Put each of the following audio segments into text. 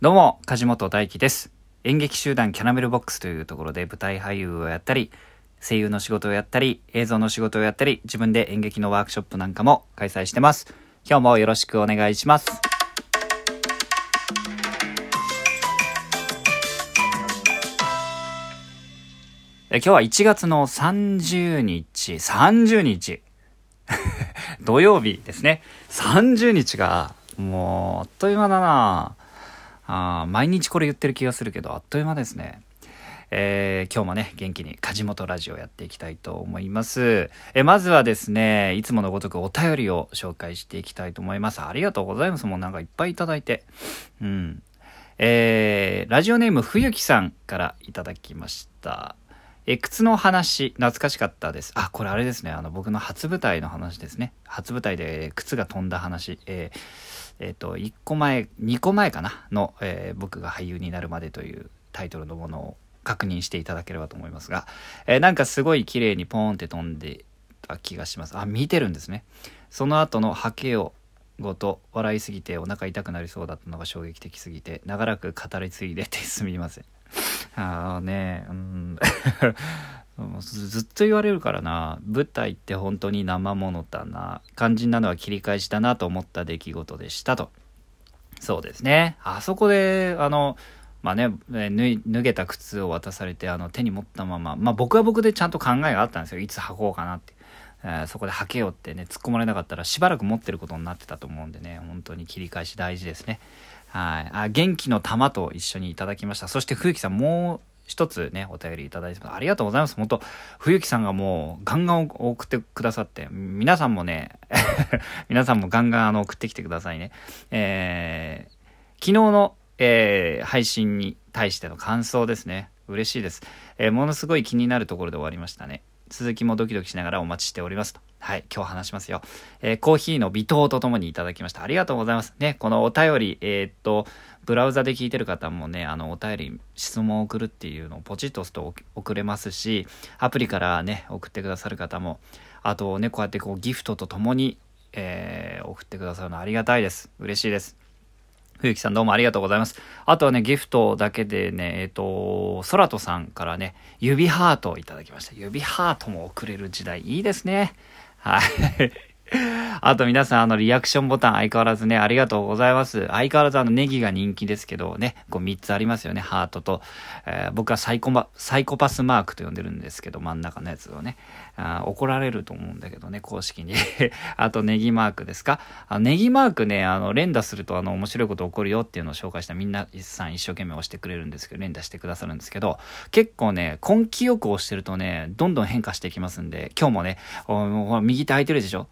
どうも、梶本大輝です。演劇集団キャナメルボックスというところで舞台俳優をやったり、声優の仕事をやったり、映像の仕事をやったり、自分で演劇のワークショップなんかも開催してます。今日もよろしくお願いします。今日は1月の30日土曜日ですね。30日がもうあっという間だな。毎日これ言ってる気がするけどあっという間ですね。今日もね元気に梶本ラジオやっていきたいと思います。まずはですね、いつものごとくお便りを紹介していきたいと思います。ありがとうございます。もうなんかいっぱいいただいて、ラジオネーム冬木さんからいただきました。靴の話懐かしかったです。これあれですね、僕の初舞台の話ですね。初舞台で靴が飛んだ話、1個前2個前かなの、僕が俳優になるまでというタイトルのものを確認していただければと思いますが、なんかすごい綺麗にポーンって飛んでた気がします。見てるんですね。その後のハケをごと笑いすぎてお腹痛くなりそうだったのが衝撃的すぎて長らく語り継いでてすみません。ずっと言われるからな。舞台って本当に生ものだな、肝心なのは切り返しだなと思った出来事でしたと。そうですね、あそこで脱げた靴を渡されて手に持ったまま、僕は僕でちゃんと考えがあったんですよ。いつ履こうかなって、そこで履けよってね突っ込まれなかったらしばらく持ってることになってたと思うんでね、本当に切り返し大事ですね。元気の玉と一緒にいただきました。そして冬木さんもう一つねお便りいただいてありがとうございます。本当冬木さんがもうガンガン送ってくださって、皆さんもね皆さんもガンガン送ってきてくださいね。昨日の、配信に対しての感想ですね。嬉しいです。ものすごい気になるところで終わりましたね。続きもドキドキしながらお待ちしておりますと。今日話しますよ。コーヒーの微糖とともにいただきました。ありがとうございますね。このお便りブラウザで聞いてる方もね、お便り質問を送るっていうのをポチッと押すと送れますし、アプリからね送ってくださる方も、あとねこうやってギフトとともに、送ってくださるのありがたいです。嬉しいです。冬木さんどうもありがとうございます。あとはねギフトだけでね空とさんからね指ハートをいただきました。指ハートも送れる時代いいですね。あと皆さんリアクションボタン相変わらずねありがとうございます。相変わらずネギが人気ですけどね、3つありますよね。ハートと、僕はサイコパスマークと呼んでるんですけど、真ん中のやつをね怒られると思うんだけどね公式にあとネギマークですか。ネギマークね連打すると面白いこと起こるよっていうのを紹介したみんなさん一生懸命押してくれるんですけど、連打してくださるんですけど、結構ね根気よく押してるとねどんどん変化していきますんで、今日もね右手空いてるでしょ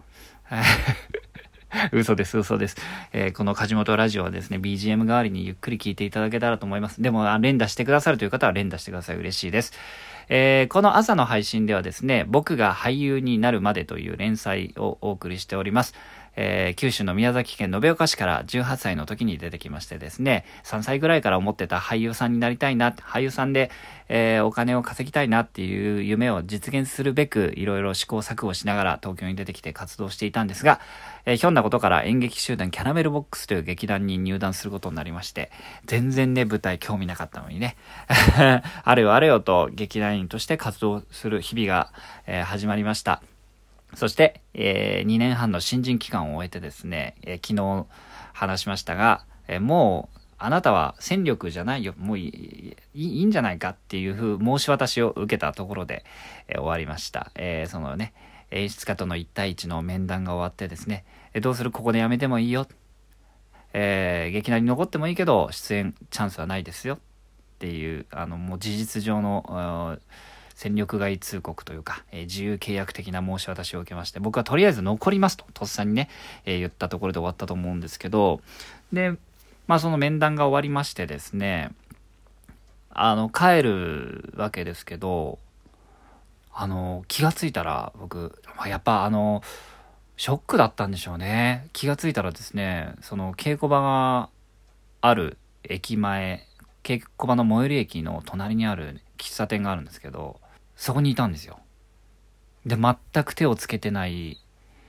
嘘です。この梶本ラジオはですね BGM 代わりにゆっくり聞いていただけたらと思います。でも連打してくださるという方は連打してください。嬉しいです。この朝の配信ではですね、僕が俳優になるまでという連載をお送りしております。九州の宮崎県延岡市から18歳の時に出てきましてですね、3歳ぐらいから思ってた俳優さんになりたいな、俳優さんで、お金を稼ぎたいなっていう夢を実現するべくいろいろ試行錯誤しながら東京に出てきて活動していたんですが、ひょんなことから演劇集団キャナメルボックスという劇団に入団することになりまして、全然ね舞台興味なかったのにねあれよあれよと劇団員として活動する日々が、始まりました。そして、2年半の新人期間を終えてですね、昨日話しましたが、もうあなたは戦力じゃないよ、もういいんじゃないかっていう申し渡しを受けたところで、終わりました。そのね演出家との1対1の面談が終わってですね、どうする、ここでやめてもいいよ、劇団に残ってもいいけど出演チャンスはないですよっていうもう事実上の戦力外通告というか、自由契約的な申し渡しを受けまして、僕はとりあえず残りますととっさにね、言ったところで終わったと思うんですけど、でその面談が終わりましてですね、帰るわけですけど、気がついたら僕やっぱショックだったんでしょうね。気がついたらですね、その稽古場がある駅前、稽古場の最寄り駅の隣にある喫茶店があるんですけど、そこにいたんですよ。で全く手をつけてない、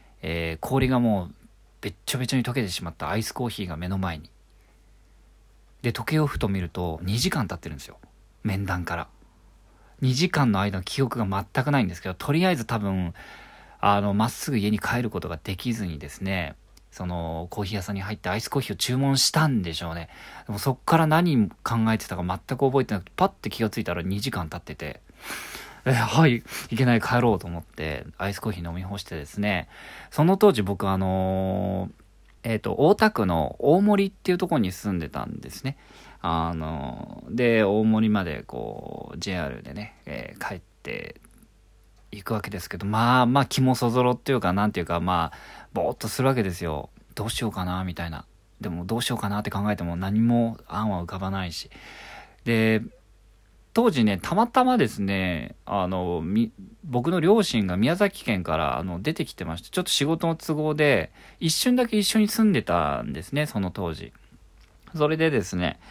氷がもうべっちょべちょに溶けてしまったアイスコーヒーが目の前に。 で、時計をふと見ると2時間経ってるんですよ。面談から。2時間の間の記憶が全くないんですけど、とりあえず多分、まっすぐ家に帰ることができずにですね、そのコーヒー屋さんに入ってアイスコーヒーを注文したんでしょうね。でもそっから何考えてたか全く覚えてなくて、パッて気がついたら2時間経ってて、はい、いけない、帰ろうと思って、アイスコーヒー飲み干してですね、その当時僕大田区の大森っていうところに住んでたんですね。で、大森までこう、JR でね、帰って行くわけですけど、まあ気もそぞろっていうか、なんていうか、ぼーっとするわけですよ。どうしようかな、みたいな。でもどうしようかなって考えても何も案は浮かばないし。で、当時ね、たまたまですね、僕の両親が宮崎県から出てきてまして、ちょっと仕事の都合で、一瞬だけ一緒に住んでたんですね、その当時。それでですね、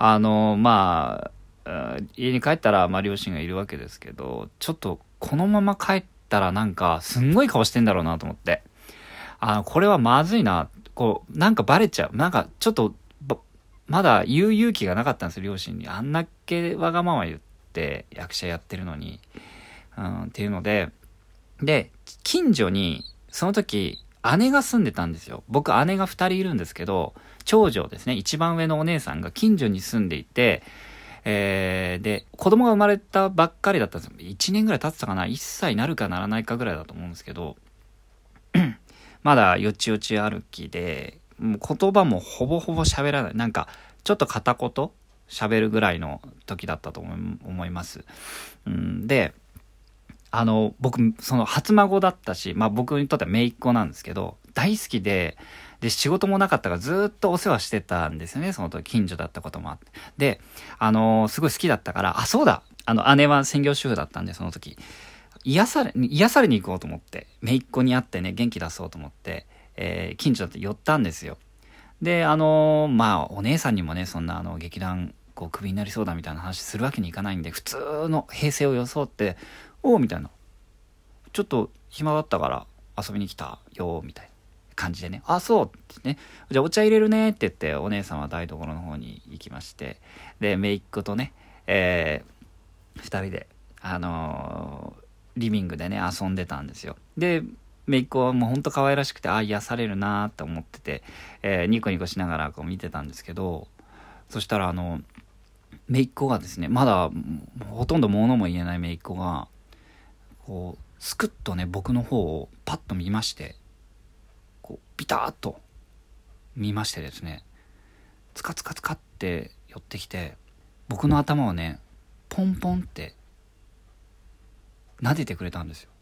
家に帰ったら、両親がいるわけですけど、ちょっとこのまま帰ったらなんか、すんごい顔してんだろうなと思って。これはまずいな。なんかバレちゃう。なんかちょっと、まだ言う勇気がなかったんですよ、両親に。あんだけわがまま言って役者やってるのに。っていうので、近所に、その時、姉が住んでたんですよ。僕、姉が2人いるんですけど、長女ですね、一番上のお姉さんが近所に住んでいて、で、子供が生まれたばっかりだったんですよ。1年ぐらい経ってたかな？ 1 歳なるかならないかぐらいだと思うんですけど、まだよちよち歩きで、もう言葉もほぼほぼ喋らない。なんか、ちょっと片言喋るぐらいの時だったと思います。で、僕、その初孫だったし、僕にとっては姪っ子なんですけど、大好きで、仕事もなかったからずっとお世話してたんですよね。その時、近所だったこともあって。で、すごい好きだったから、そうだ、姉は専業主婦だったんで、その時。癒されに行こうと思って、姪っ子に会ってね、元気出そうと思って、近所だって寄ったんですよ。で、お姉さんにもね、そんな劇団、クビになりそうだみたいな話するわけにいかないんで、普通の平成を装って、おうみたいな。ちょっと暇だったから遊びに来たよ、みたいな感じでね。そうってね。じゃあお茶入れるねって言って、お姉さんは台所の方に行きまして、で、姪っ子とね、二人で、リビングでね、遊んでたんですよ。で、姪っ子はもうほんと可愛らしくて、癒されるなと思ってて、ニコニコしながら見てたんですけど、そしたら姪っ子がですね、まだほとんど物も言えない姪っ子が、スクッとね、僕の方をパッと見まして、ピターッと見ましてですね、ツカツカツカって寄ってきて、僕の頭をね、ポンポンって撫でてくれたんですよ。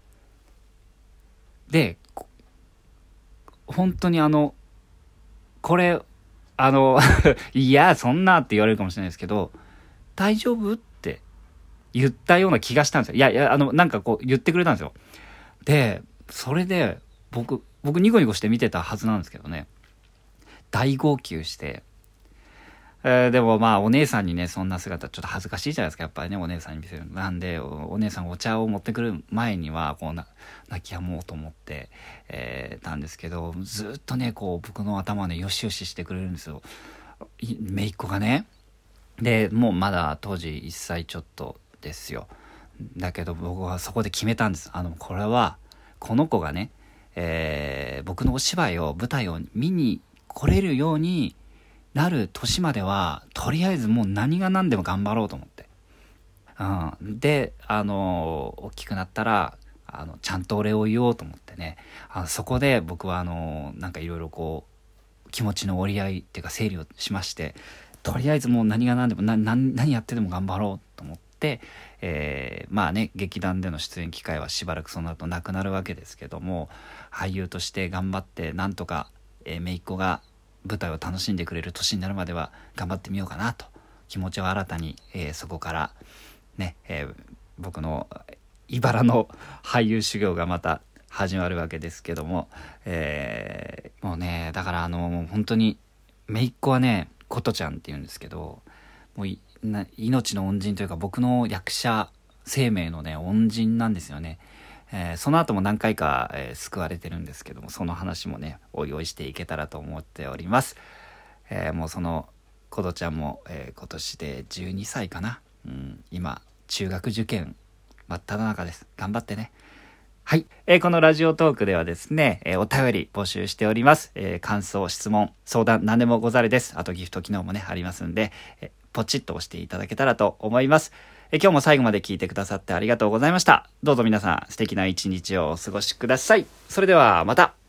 で、本当にこれ、いや、そんなって言われるかもしれないですけど、大丈夫って言ったような気がしたんですよ。いや、なんか言ってくれたんですよ。で、それで、僕ニコニコして見てたはずなんですけどね、大号泣して、でもお姉さんにね、そんな姿ちょっと恥ずかしいじゃないですか、やっぱりね、お姉さんに見せる。なんで、お姉さんお茶を持ってくる前には、泣き止もうと思って、たんですけど、ずっとね、僕の頭をね、よしよししてくれるんですよ。姪っ子がね。で、もうまだ当時1歳ちょっとですよ。だけど僕はそこで決めたんです。これは、この子がね、僕のお芝居を、舞台を見に来れるようになる年までは、とりあえずもう何が何でも頑張ろうと思って。で、大きくなったら、ちゃんとお礼を言おうと思ってね。そこで僕はなんかいろいろ気持ちの折り合いっていうか整理をしまして、とりあえずもう何が何でも何やってでも頑張ろうと思って、劇団での出演機会はしばらくその後なくなるわけですけども、俳優として頑張ってなんとか、姪っ子が舞台を楽しんでくれる年になるまでは頑張ってみようかなと気持ちを新たに、そこからね、僕の茨の俳優修行がまた始まるわけですけども、もうね、だから本当に姪っ子はね、ことちゃんって言うんですけど、もう命の恩人というか、僕の役者生命のね、恩人なんですよね。その後も何回か、救われてるんですけども、その話もね、おいおいしていけたらと思っております。もうそのコドちゃんも、今年で12歳かな。今、中学受験真っ只中です。頑張ってね。はい、このラジオトークではですね、お便り募集しております。感想、質問、相談、何でもござれです。あとギフト機能もね、ありますんで、ポチッと押していただけたらと思います。今日も最後まで聞いてくださってありがとうございました。どうぞ皆さん素敵な一日をお過ごしください。それではまた。